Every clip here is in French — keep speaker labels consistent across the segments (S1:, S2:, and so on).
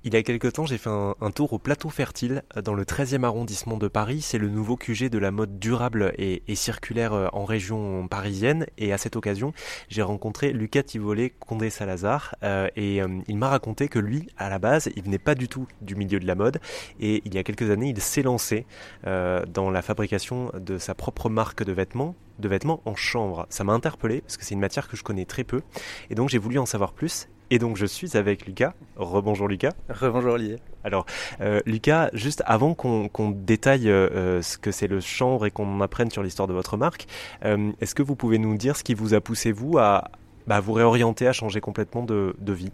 S1: Il y a quelque temps, j'ai fait un tour au Plateau Fertile, dans le 13e arrondissement de Paris. C'est le nouveau QG de la mode durable et circulaire en région parisienne. Et à cette occasion, j'ai rencontré Lucas Tivollet, Condé Salazar. Il m'a raconté que lui, à la base, il venait pas du tout du milieu de la mode. Et il y a quelques années, il s'est lancé dans la fabrication de sa propre marque de vêtements en chanvre. Ça m'a interpellé parce que c'est une matière que je connais très peu. Et donc j'ai voulu en savoir plus. Et donc je suis avec Lucas. Rebonjour Lucas.
S2: Rebonjour Olivier.
S1: Alors Lucas, juste avant qu'on détaille ce que c'est le chanvre et qu'on apprenne sur l'histoire de votre marque, est-ce que vous pouvez nous dire ce qui vous a poussé vous à vous réorienter, à changer complètement de vie?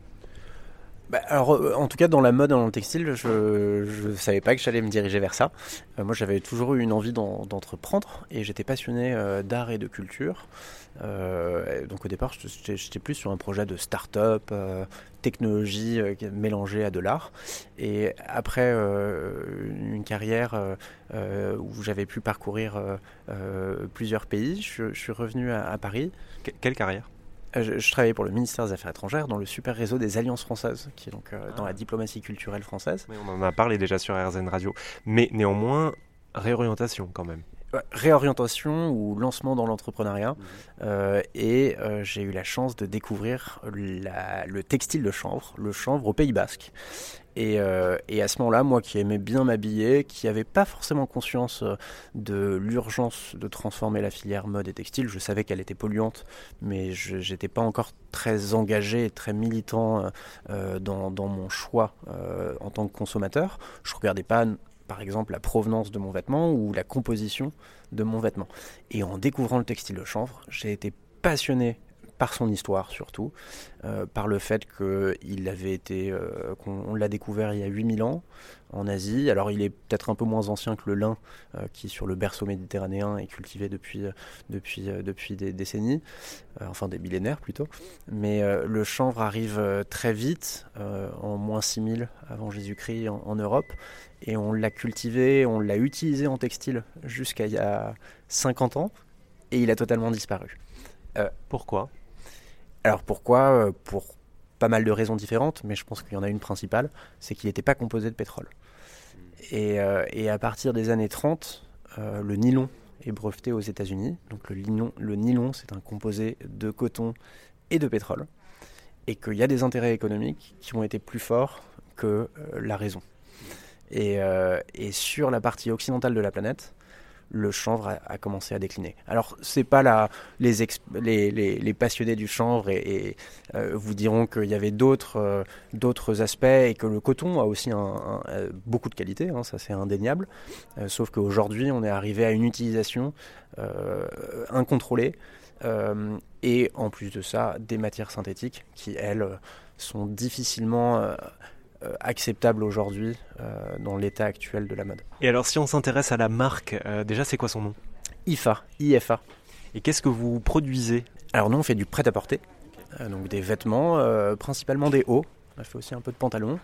S2: Alors, en tout cas, dans la mode, dans le textile, je ne savais pas que j'allais me diriger vers ça. Moi, j'avais toujours eu une envie d'entreprendre et j'étais passionné d'art et de culture. Donc, au départ, j'étais plus sur un projet de start-up, technologie mélangée à de l'art. Et après une carrière où j'avais pu parcourir plusieurs pays, je suis revenu à Paris.
S1: Quelle carrière?
S2: Je travaillais pour le ministère des Affaires étrangères dans le super réseau des Alliances françaises, qui est donc dans la diplomatie culturelle française.
S1: Oui, on en a parlé déjà sur RZN Radio, mais néanmoins, réorientation quand même.
S2: Réorientation ou lancement dans l'entrepreneuriat. J'ai eu la chance de découvrir le textile de chanvre, le chanvre au Pays Basque. Et à ce moment-là, moi qui aimais bien m'habiller, qui n'avais pas forcément conscience de l'urgence de transformer la filière mode et textile, je savais qu'elle était polluante, mais je n'étais pas encore très engagé et très militant dans mon choix en tant que consommateur. Je ne regardais pas, par exemple, la provenance de mon vêtement ou la composition de mon vêtement. Et en découvrant le textile de chanvre, j'ai été passionné par son histoire surtout, par le fait qu'il avait été, qu'on l'a découvert il y a 8000 ans en Asie. Alors il est peut-être un peu moins ancien que le lin qui sur le berceau méditerranéen est cultivé depuis des décennies, enfin des millénaires plutôt. Mais le chanvre arrive très vite, en moins 6000 avant Jésus-Christ en Europe, et on l'a cultivé, on l'a utilisé en textile jusqu'à il y a 50 ans, et il a totalement disparu.
S1: Pourquoi ?
S2: Alors pourquoi ? Pour pas mal de raisons différentes, mais je pense qu'il y en a une principale, c'est qu'il n'était pas composé de pétrole. Et à partir des années 30, le nylon est breveté aux États-Unis. Donc le nylon, c'est un composé de coton et de pétrole. Et qu'il y a des intérêts économiques qui ont été plus forts que la raison. Et sur la partie occidentale de la planète, le chanvre a commencé à décliner. Alors, c'est pas les passionnés du chanvre vous diront qu'il y avait d'autres aspects et que le coton a aussi beaucoup de qualité, ça c'est indéniable. Sauf qu'aujourd'hui, on est arrivé à une utilisation incontrôlée et en plus de ça, des matières synthétiques qui, elles, sont difficilement acceptable aujourd'hui dans l'état actuel de la mode.
S1: Et alors si on s'intéresse à la marque, déjà c'est quoi son nom ?
S2: IFA.
S1: Et qu'est-ce que vous produisez ?
S2: Alors nous on fait du prêt-à-porter, donc des vêtements, principalement des hauts, on a fait aussi un peu de pantalons,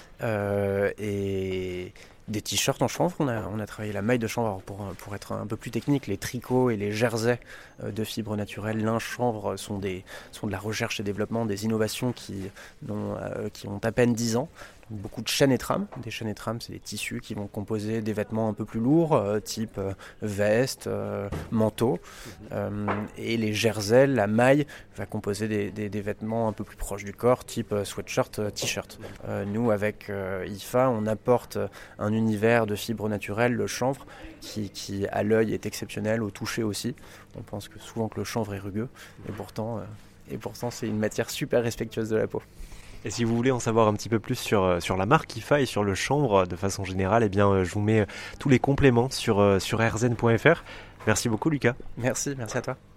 S2: et des t-shirts en chanvre. On a travaillé la maille de chanvre. Alors pour être un peu plus technique, les tricots et les jerseys de fibres naturelles, lin chanvre sont de la recherche et développement, des innovations qui ont à peine 10 ans. Donc, beaucoup de chaînes et trames. Des chaînes et trames, c'est des tissus qui vont composer des vêtements un peu plus lourds, type veste, manteau. Et les jerseys, la maille, va composer des vêtements un peu plus proches du corps, type sweatshirt, t-shirt. Nous, avec IFA, on apporte un univers de fibres naturelles, le chanvre, qui à l'œil est exceptionnel, au toucher aussi. On pense souvent que le chanvre est rugueux, et pourtant c'est une matière super respectueuse de la peau.
S1: Et si vous voulez en savoir un petit peu plus sur la marque IFA et sur le chanvre de façon générale, eh bien, je vous mets tous les compléments sur rzn.fr. Merci beaucoup Lucas.
S2: Merci à toi.